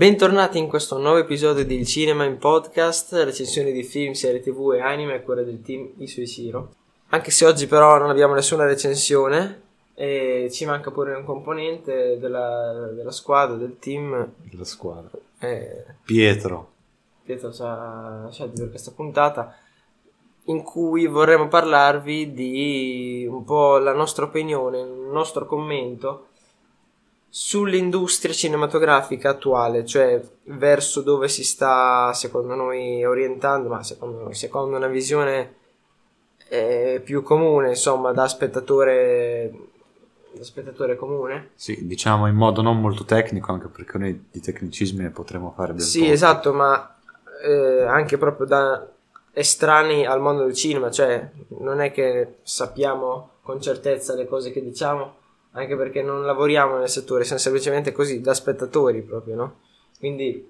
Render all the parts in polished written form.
Bentornati in questo nuovo episodio di Il Cinema in Podcast, recensioni di film, serie tv e anime a cura del team Isu Shiro. Anche se oggi però non abbiamo nessuna recensione e ci manca pure un componente della squadra, del team. Della squadra. Pietro ci ha scelto per questa puntata in cui vorremmo parlarvi di un po' la nostra opinione, il nostro commento sull'industria cinematografica attuale, cioè verso dove si sta secondo noi orientando, ma secondo una visione più comune, insomma, da spettatore comune. Sì, diciamo in modo non molto tecnico, anche perché noi di tecnicismi ne potremmo fare ben Sì, poco. esatto, ma anche proprio da estranei al mondo del cinema, cioè non è che sappiamo con certezza le cose che diciamo, anche perché non lavoriamo nel settore, siamo semplicemente così, da spettatori proprio, no? Quindi,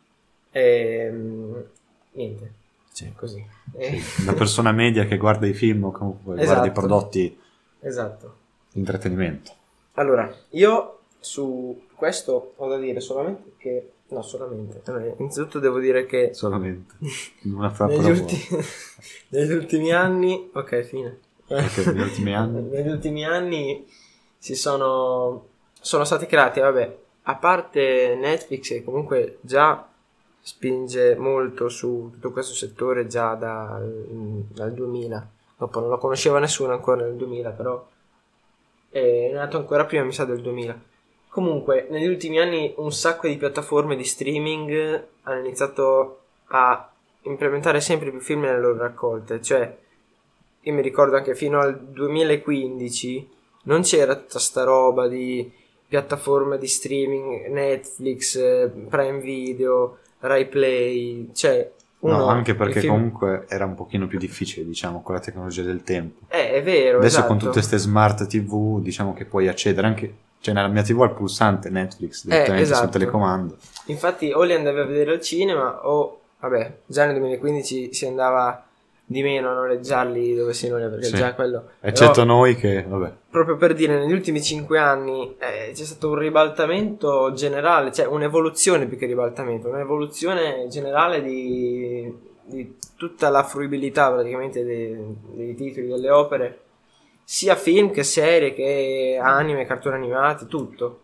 niente, cioè così. Sì, la persona media che guarda i film o comunque Esatto. guarda i prodotti Esatto. di intrattenimento. Allora, io su questo ho da dire solamente che... No, solamente. Innanzitutto devo dire che... Solamente. Una frappola negli ultimi anni... Ok, fine. Negli ultimi anni... Negli ultimi anni sono stati creati, vabbè, a parte Netflix che comunque già spinge molto su tutto questo settore già dal 2000, dopo non lo conosceva nessuno ancora nel 2000, però è nato ancora prima, mi sa, del 2000. Comunque negli ultimi anni un sacco di piattaforme di streaming hanno iniziato a implementare sempre più film nelle loro raccolte, cioè io mi ricordo anche fino al 2015 non c'era tutta sta roba di piattaforme di streaming, Netflix, Prime Video, Rai Play, cioè No, anche perché comunque era un pochino più difficile, diciamo, con la tecnologia del tempo. È vero, adesso esatto. Con tutte ste smart TV, diciamo che puoi accedere anche, cioè nella mia TV al pulsante Netflix direttamente esatto. sul telecomando. Infatti o li andavi a vedere al cinema o, vabbè, già nel 2015 si andava di meno a noleggiarli dove si non è, perché sì. Già quello... Eccetto però, noi che, vabbè. Proprio per dire, negli ultimi 5 anni c'è stato un ribaltamento generale, cioè un'evoluzione più che ribaltamento, un'evoluzione generale di tutta la fruibilità praticamente dei titoli, delle opere, sia film che serie che anime, cartoni animati, tutto.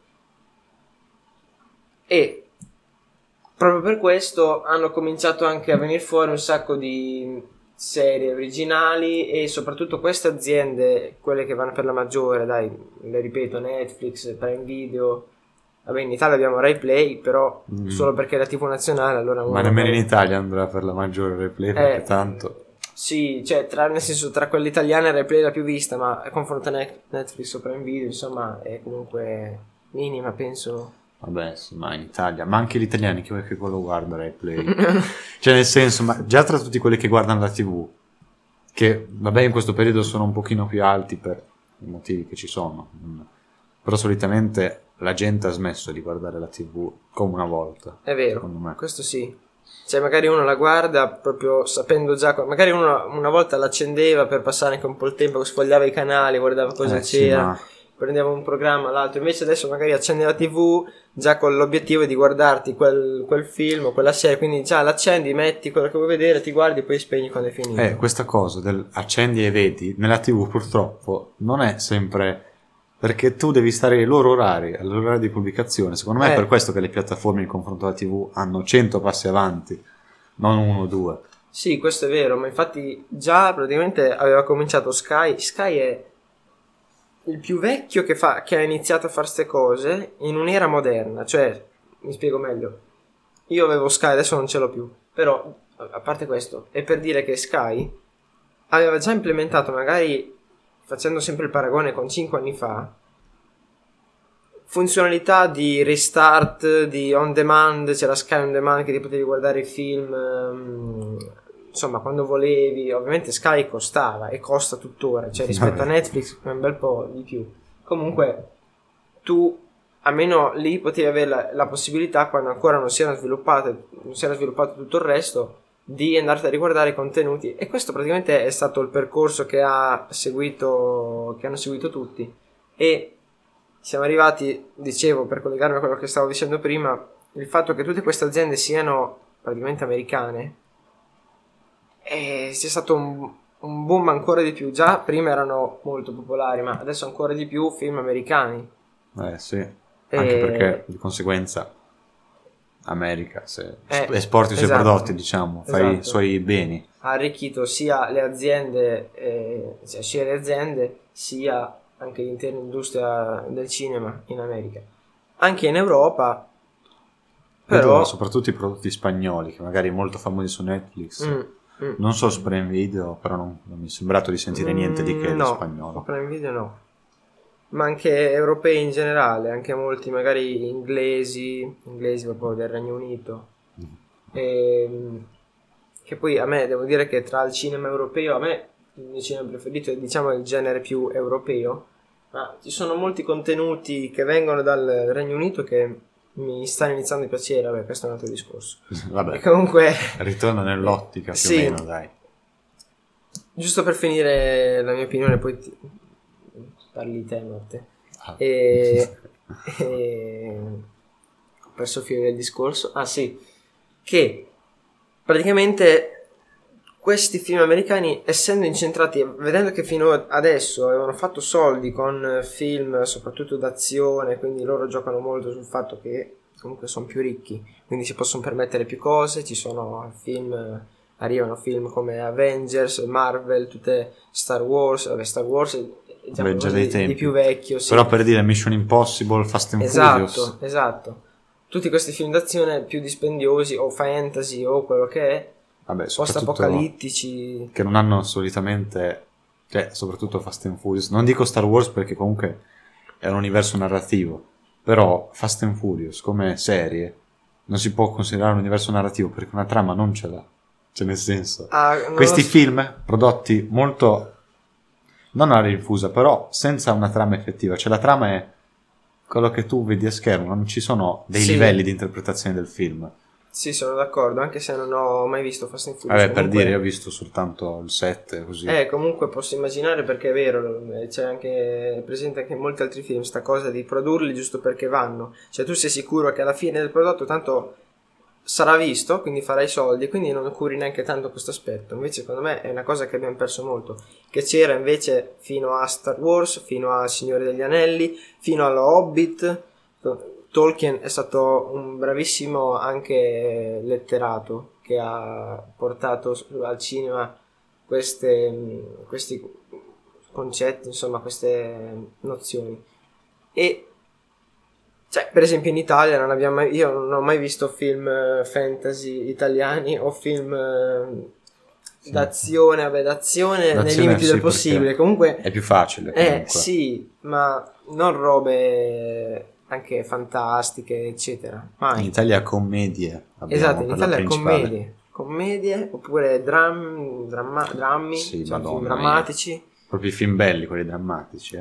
E proprio per questo hanno cominciato anche a venire fuori un sacco di serie originali e soprattutto queste aziende, quelle che vanno per la maggiore, dai, le ripeto, Netflix, Prime Video, vabbè, in Italia abbiamo Rai Play, però solo perché è la TV nazionale, allora ma nemmeno in Italia andrà per la maggiore Rai Play, perché tanto sì, cioè nel senso tra quelle italiane Rai Play è la più vista, ma confronta Netflix o Prime Video, insomma, è comunque minima, penso. Vabbè, sì, ma in Italia, ma anche gli italiani che quello guarda Rai Play. Cioè nel senso, ma già tra tutti quelli che guardano la TV, che vabbè in questo periodo sono un pochino più alti per i motivi che ci sono, però solitamente la gente ha smesso di guardare la TV come una volta. È vero, questo sì. Cioè magari uno la guarda proprio sapendo già, magari uno una volta l'accendeva per passare anche un po' il tempo, sfogliava i canali, guardava cosa c'era. Sì, prendeva un programma, l'altro, invece adesso magari accende la TV già con l'obiettivo di guardarti quel film o quella serie, quindi già l'accendi, metti quello che vuoi vedere, ti guardi e poi spegni quando è finito. Questa cosa del accendi e vedi nella TV purtroppo non è sempre, perché tu devi stare ai loro orari, all'orario di pubblicazione. Secondo me è per questo che le piattaforme in confronto alla TV hanno 100 passi avanti, non 1 o 2. Sì, questo è vero, ma infatti già praticamente aveva cominciato Sky è il più vecchio che ha iniziato a fare queste cose in un'era moderna, cioè, mi spiego meglio, io avevo Sky, adesso non ce l'ho più, però, a parte questo, è per dire che Sky aveva già implementato, magari, facendo sempre il paragone con 5 anni fa, funzionalità di restart, di on demand, c'era Sky on demand che ti potevi guardare i film... insomma quando volevi, ovviamente Sky costava e costa tuttora, cioè rispetto a Netflix è un bel po' di più, comunque tu almeno lì potevi avere la possibilità, quando ancora non si era sviluppato tutto il resto, di andarti a riguardare i contenuti, e questo praticamente è stato il percorso che hanno seguito tutti, e siamo arrivati, dicevo, per collegarmi a quello che stavo dicendo prima, il fatto che tutte queste aziende siano praticamente americane sia stato un boom ancora di più. Già prima erano molto popolari, ma adesso ancora di più film americani. Sì, anche perché di conseguenza America se esporti i suoi esatto, prodotti, diciamo, fai i suoi beni. Ha arricchito sia le aziende, sia anche l'intera industria del cinema in America. Anche in Europa, però soprattutto i prodotti spagnoli, che magari molto famosi su Netflix. Non so su Prime Video, però non mi è sembrato di sentire niente di che di spagnolo. Prime Video no. Ma anche europei in generale, anche molti magari inglesi proprio del Regno Unito. Che poi a me, devo dire che tra il cinema europeo, a me il mio cinema preferito è, diciamo, il genere più europeo, ma ci sono molti contenuti che vengono dal Regno Unito che mi stanno iniziando a piacere. Vabbè, questo è un altro discorso. Vabbè, e comunque ritorna nell'ottica più o meno, dai. Giusto per finire la mia opinione, poi parli te, Matte. Ho perso il filo del discorso. Che praticamente questi film americani, essendo incentrati, vedendo che fino adesso avevano fatto soldi con film soprattutto d'azione, quindi loro giocano molto sul fatto che comunque sono più ricchi, quindi si possono permettere più cose. Ci sono arrivano film come Avengers, Marvel, tutte Star Wars. Star Wars è già dei tempi. Di più vecchio, sì. Però per dire Mission Impossible, Fast and Furious. Esatto. Tutti questi film d'azione più dispendiosi o fantasy o quello che è, post-apocalittici, che non hanno solitamente, cioè soprattutto Fast and Furious. Non dico Star Wars perché comunque è un universo narrativo, però Fast and Furious come serie non si può considerare un universo narrativo perché una trama non ce l'ha. Cioè, nel senso, questi film prodotti molto, non a rinfusa, però senza una trama effettiva. Cioè la trama è quello che tu vedi a schermo, non ci sono dei livelli di interpretazione del film. Sì, sono d'accordo, anche se non ho mai visto Fast and Furious. Vabbè, per dire, io ho visto soltanto il 7, così. Comunque posso immaginare, perché è vero, c'è anche presente anche in molti altri film sta cosa di produrli giusto perché vanno. Cioè tu sei sicuro che alla fine del prodotto tanto sarà visto, quindi farai soldi, quindi non curi neanche tanto questo aspetto. Invece secondo me è una cosa che abbiamo perso molto, che c'era invece fino a Star Wars, fino a Signore degli Anelli, fino allo Hobbit. Tolkien è stato un bravissimo anche letterato che ha portato al cinema questi concetti, insomma, queste nozioni. E cioè, per esempio in Italia io non ho mai visto film fantasy italiani o film d'azione nei limiti del possibile. Comunque è più facile. Comunque. Sì, ma non robe anche fantastiche, eccetera. Mai. In Italia commedie. Esatto, in Italia commedie oppure drammi, sì, cioè film drammatici. Proprio i film belli, quelli drammatici.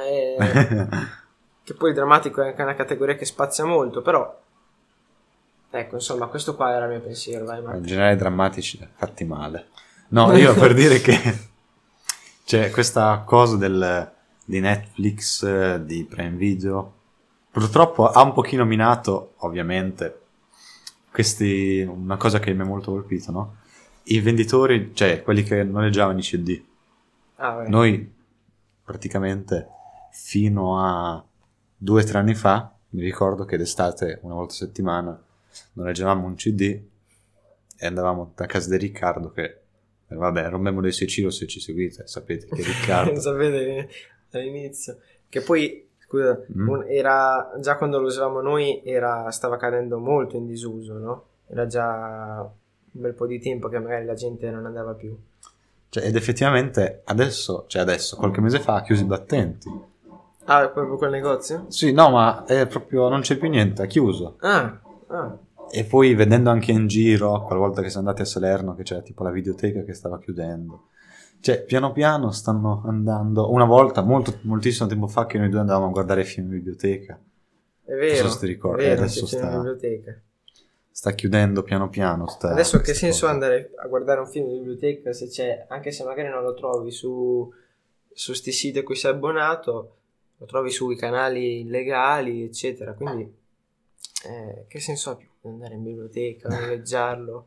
Che poi il drammatico è anche una categoria che spazia molto, però ecco, insomma, questo qua era il mio pensiero. In generale drammatici fatti male. No, io per dire che c'è questa cosa di Netflix, di Prime Video, purtroppo ha un pochino minato, ovviamente, una cosa che mi ha molto colpito, no? I venditori, cioè quelli che noleggiavano i CD. Noi praticamente fino a 2 o 3 anni fa, mi ricordo che d'estate, una volta a settimana, noleggiavamo un CD e andavamo da casa di Riccardo, che vabbè, rompemmo dei Seciro, se ci seguite, sapete che Riccardo sapete all'inizio, che poi scusa, era già quando lo usavamo noi, stava cadendo molto in disuso, no? Era già un bel po' di tempo che magari la gente non andava più. Cioè, ed effettivamente adesso, qualche mese fa, ha chiuso i battenti. Proprio quel negozio? Sì, no, ma è proprio, non c'è più niente, ha chiuso. E poi vedendo anche in giro, qualvolta che siamo andati a Salerno, che c'era tipo la videoteca che stava chiudendo. Cioè, piano piano stanno andando. Una volta, moltissimo tempo fa, che noi due andavamo a guardare film in biblioteca. È vero. Non so se ti ricordi. Adesso sta chiudendo piano piano. Adesso che senso andare a guardare un film in biblioteca se c'è, anche se magari non lo trovi su sti siti a cui sei abbonato, lo trovi sui canali illegali, eccetera. Quindi che senso ha più andare in biblioteca, noleggiarlo?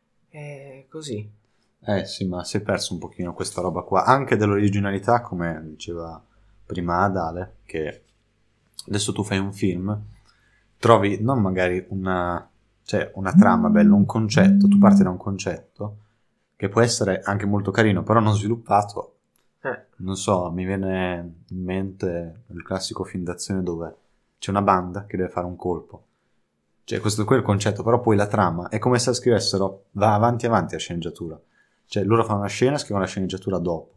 Così. Sì, ma si è perso un pochino questa roba qua, anche dell'originalità, come diceva prima Adale, che adesso tu fai un film, trovi non magari una trama bella, un concetto, tu parti da un concetto che può essere anche molto carino, però non sviluppato. Non so, mi viene in mente il classico film d'azione dove c'è una banda che deve fare un colpo. Cioè, questo qui è il concetto, però poi la trama è come se scrivessero va avanti la sceneggiatura. Cioè, loro fanno una scena e scrivono la sceneggiatura dopo.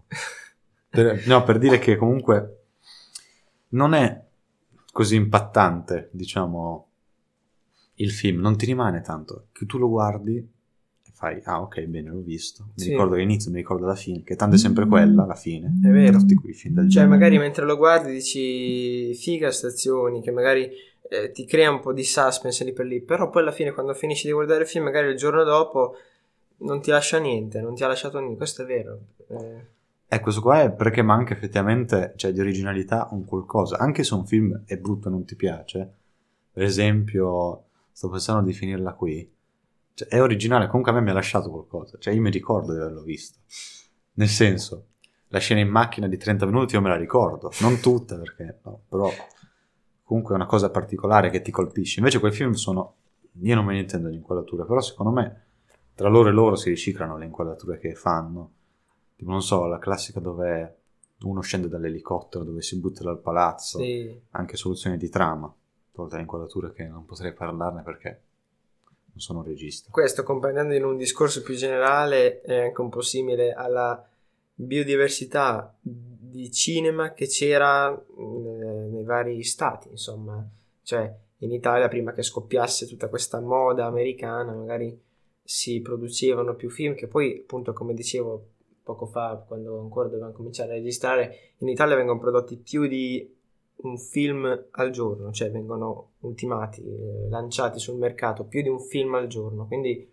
Per dire che comunque non è così impattante, diciamo, il film. Non ti rimane tanto. Che tu lo guardi e fai, ah, ok, bene, l'ho visto. Mi ricordo l'inizio, mi ricordo la fine, che tanto è sempre quella, la fine. È vero. Tutti quei film del cioè, genere. magari mentre lo guardi dici, figa stazioni, che magari ti crea un po' di suspense lì per lì, però poi alla fine quando finisci di guardare il film, magari il giorno dopo non ti lascia niente, non ti ha lasciato niente, questo è vero. Questo qua è perché manca effettivamente, cioè, di originalità un qualcosa, anche se un film è brutto e non ti piace. Per esempio, sto pensando di finirla qui, cioè, è originale, comunque a me mi ha lasciato qualcosa, cioè io mi ricordo di averlo visto, nel senso, la scena in macchina di 30 minuti io me la ricordo, non tutta perché no, però comunque è una cosa particolare che ti colpisce. Invece quei film io non me ne intendo di inquadrature, però secondo me tra loro e loro si riciclano le inquadrature che fanno. Tipo, non so, la classica dove uno scende dall'elicottero, dove si butta dal palazzo, Sì. Anche soluzioni di trama, tolte le inquadrature che non potrei parlarne perché non sono un regista. Questo, comprendendo in un discorso più generale, è anche un po' simile alla biodiversità di cinema che c'era nei vari stati, insomma. Cioè, in Italia, prima che scoppiasse tutta questa moda americana, magari si producevano più film che poi, appunto, come dicevo poco fa, quando ancora dovevamo cominciare a registrare, in Italia vengono prodotti più di un film al giorno, cioè vengono ultimati, lanciati sul mercato più di un film al giorno, quindi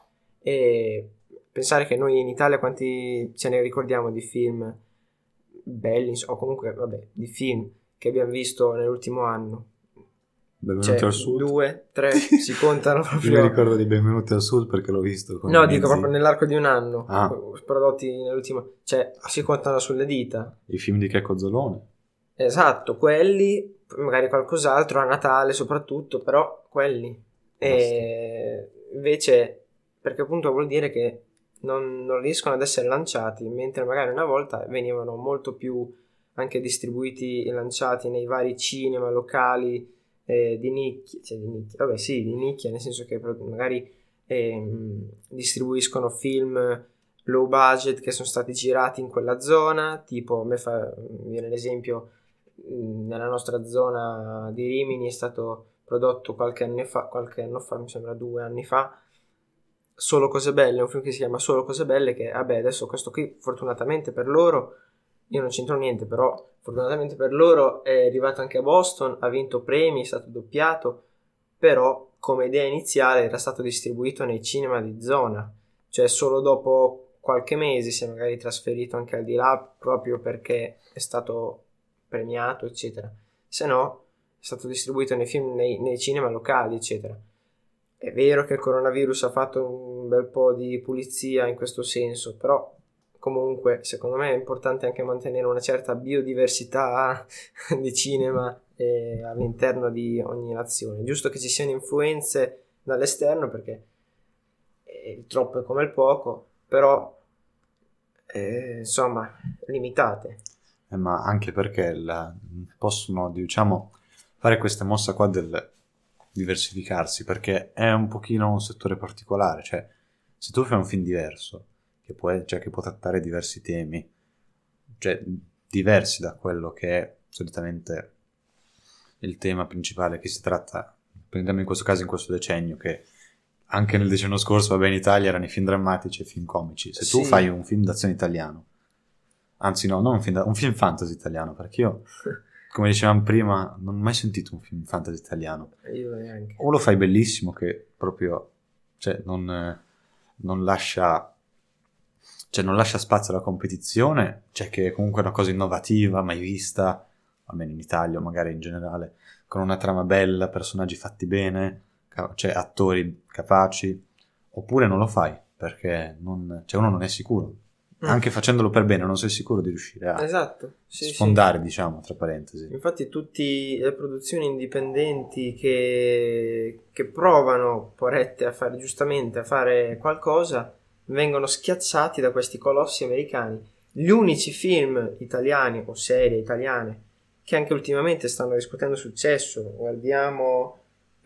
pensare che noi in Italia quanti ce ne ricordiamo di film belli, o comunque vabbè, di film che abbiamo visto nell'ultimo anno. Benvenuti al Sud. 2, 3 si contano proprio. Io mi ricordo di Benvenuti al Sud perché l'ho visto con no, dico proprio nell'arco di un anno, prodotti nell'ultimo, cioè si contano sulle dita. I film di Checco Zalone. Esatto, quelli, magari qualcos'altro a Natale soprattutto, però quelli. E invece, perché appunto vuol dire che non riescono ad essere lanciati, mentre magari una volta venivano molto più anche distribuiti e lanciati nei vari cinema locali di nicchia, di nicchia, nel senso che magari distribuiscono film low budget che sono stati girati in quella zona, tipo mi viene l'esempio, nella nostra zona di Rimini è stato prodotto qualche anno fa, mi sembra 2 anni fa, Solo Cose Belle, un film che si chiama Solo Cose Belle, che vabbè adesso questo qui fortunatamente per loro, io non c'entro niente, però fortunatamente per loro è arrivato anche a Boston, ha vinto premi, è stato doppiato, però come idea iniziale era stato distribuito nei cinema di zona, cioè solo dopo qualche mese si è magari trasferito anche al di là proprio perché è stato premiato eccetera, se no è stato distribuito nei cinema locali eccetera. È vero che il coronavirus ha fatto un bel po' di pulizia in questo senso, però comunque secondo me è importante anche mantenere una certa biodiversità di cinema all'interno di ogni nazione. È giusto che ci siano influenze dall'esterno perché il troppo è come il poco, però insomma limitate. Ma anche perché possono, diciamo, fare questa mossa qua del diversificarsi, perché è un pochino un settore particolare, cioè se tu fai un film diverso che può trattare diversi temi, cioè diversi da quello che è solitamente il tema principale che si tratta, prendiamo in questo caso in questo decennio, che anche nel decennio scorso, vabbè, in Italia erano i film drammatici e i film comici. Se tu fai un film d'azione italiano, anzi no, non un film fantasy italiano, perché io, come dicevamo prima, non ho mai sentito un film fantasy italiano. Io neanche. O lo fai bellissimo, che proprio, cioè, non lascia spazio alla competizione, cioè che è comunque una cosa innovativa, mai vista, almeno in Italia o magari in generale, con una trama bella, personaggi fatti bene, cioè attori capaci, oppure non lo fai perché cioè uno non è sicuro. Anche facendolo per bene non sei sicuro di riuscire a esatto, sì, sfondare, sì. diciamo, tra parentesi. Infatti tutte le produzioni indipendenti che provano, porette, a fare giustamente, a fare qualcosa, vengono schiacciati da questi colossi americani. Gli unici film italiani o serie italiane che anche ultimamente stanno riscuotendo successo, guardiamo...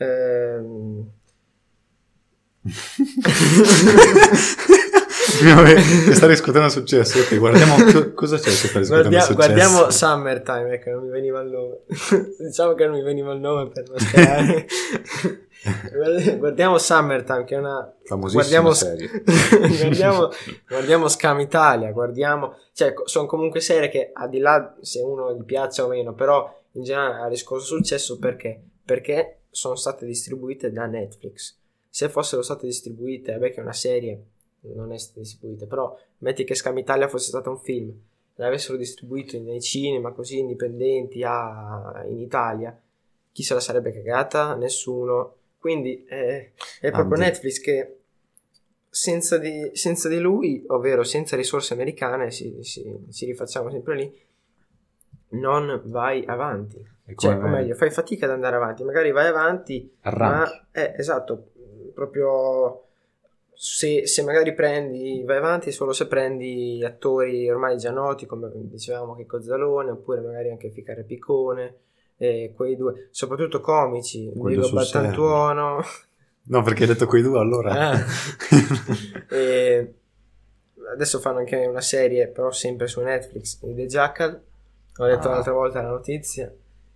Che sta riscuotendo successo. Ok, guardiamo cosa c'è se sta riscuotendo successo. Guardiamo Summertime, ecco, non mi veniva il nome. Diciamo che non mi veniva il nome per non sperare. Guardiamo Summertime, che è una famosissima serie. guardiamo Scam Italia, cioè sono comunque serie che, al di là se uno gli piace o meno, però in generale ha riscosso successo perché sono state distribuite da Netflix. Se fossero state distribuite, vabbè, che è una serie, non è stata distribuita, però metti che Scam Italia fosse stato un film, l'avessero distribuito nei cinema così indipendenti in Italia, chi se la sarebbe cagata? Nessuno. Quindi è proprio Netflix che senza di lui, ovvero senza risorse americane, ci rifacciamo sempre lì, non vai avanti. Cioè, o meglio, fai fatica ad andare avanti, magari vai avanti, arranchi. Ma esatto, proprio se magari vai avanti solo se prendi attori ormai già noti, come dicevamo che Cozzalone, oppure magari anche Ficare Piccone, quei due, soprattutto comici, Diego Battantuono. No, perché hai detto quei due allora. E adesso fanno anche una serie, però sempre su Netflix, di The Jackal. Ho detto l'altra volta la notizia.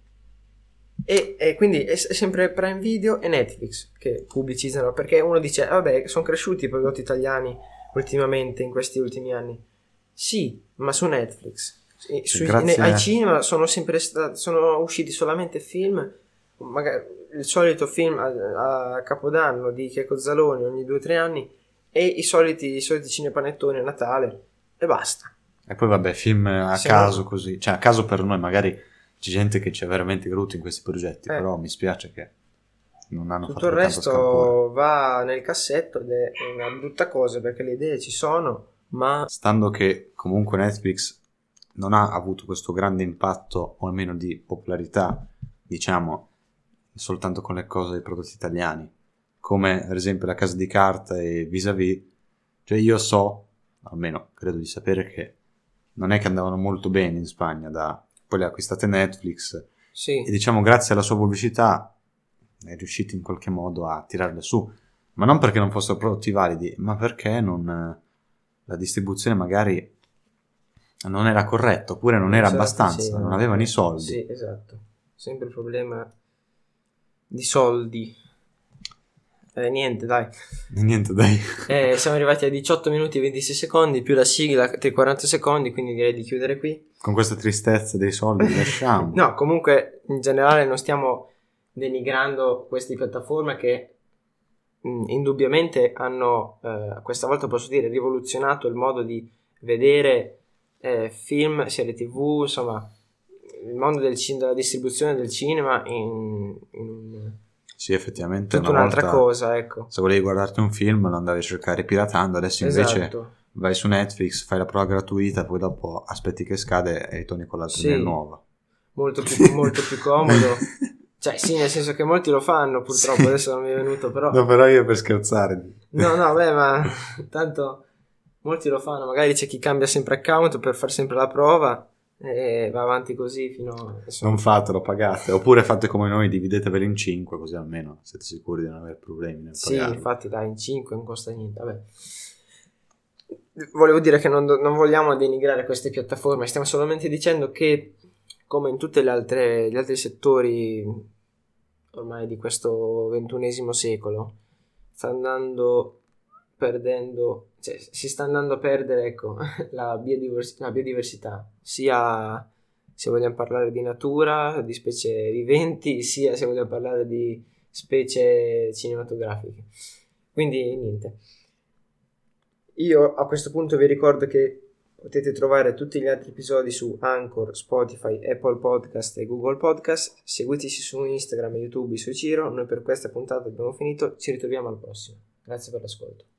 E quindi è sempre Prime Video e Netflix che pubblicizzano, perché uno dice vabbè, sono cresciuti i prodotti italiani ultimamente in questi ultimi anni. Sì, ma su Netflix. Ai cinema sono usciti solamente film, magari il solito film a Capodanno di Checco Zaloni ogni 2 o 3 anni, e i soliti cinepanettoni a Natale, e basta. E poi vabbè, film a caso così, cioè a caso per noi, magari c'è gente che c'è veramente creduto in questi progetti, però mi spiace che non hanno tutto fatto il resto va nel cassetto, ed è una brutta cosa perché le idee ci sono, ma stando che comunque Netflix non ha avuto questo grande impatto, o almeno di popolarità, diciamo, soltanto con le cose dei prodotti italiani, come ad esempio La Casa di Carta e Vis-a-Vis. Cioè io so, almeno credo di sapere, che non è che andavano molto bene in Spagna, poi le ha acquistate Netflix, sì. E diciamo grazie alla sua pubblicità è riuscito in qualche modo a tirarle su, ma non perché non fossero prodotti validi, ma perché la distribuzione magari non era corretta, oppure non era abbastanza, sì, non avevano i soldi. Sì, esatto, sempre il problema di soldi. Niente dai siamo arrivati a 18 minuti e 26 secondi più la sigla tra 40 secondi, quindi direi di chiudere qui con questa tristezza dei soldi. Lasciamo. No, comunque in generale non stiamo denigrando queste piattaforme che indubbiamente hanno questa volta posso dire rivoluzionato il modo di vedere film, serie tv, insomma il mondo della distribuzione del cinema in sì, effettivamente tutta un'altra cosa, ecco. Se volevi guardarti un film lo andavi a cercare piratando, adesso invece vai su Netflix, fai la prova gratuita, poi dopo aspetti che scade e ritorni con l'altra nuova. Molto più comodo. Cioè sì, nel senso che molti lo fanno, purtroppo sì. Adesso non mi è venuto, però no, però io per scherzare ma tanto molti lo fanno, magari c'è chi cambia sempre account per fare sempre la prova e va avanti così fino a... Non fatelo, pagate, oppure fate come noi, divideteveli in 5, così almeno siete sicuri di non avere problemi nel pagarlo. Sì, infatti dai, in 5 non costa niente. Vabbè, volevo dire che non vogliamo denigrare queste piattaforme, stiamo solamente dicendo che come in tutti gli altri settori ormai di questo XXI secolo sta andando perdendo, cioè si sta andando a perdere, ecco, la biodiversità, sia se vogliamo parlare di natura, di specie viventi, sia se vogliamo parlare di specie cinematografiche. Quindi niente, io a questo punto vi ricordo che Potete trovare tutti gli altri episodi su Anchor, Spotify, Apple Podcast e Google Podcast. Seguiteci su Instagram e YouTube su Ciro. Noi per questa puntata abbiamo finito, ci ritroviamo al prossimo. Grazie per l'ascolto.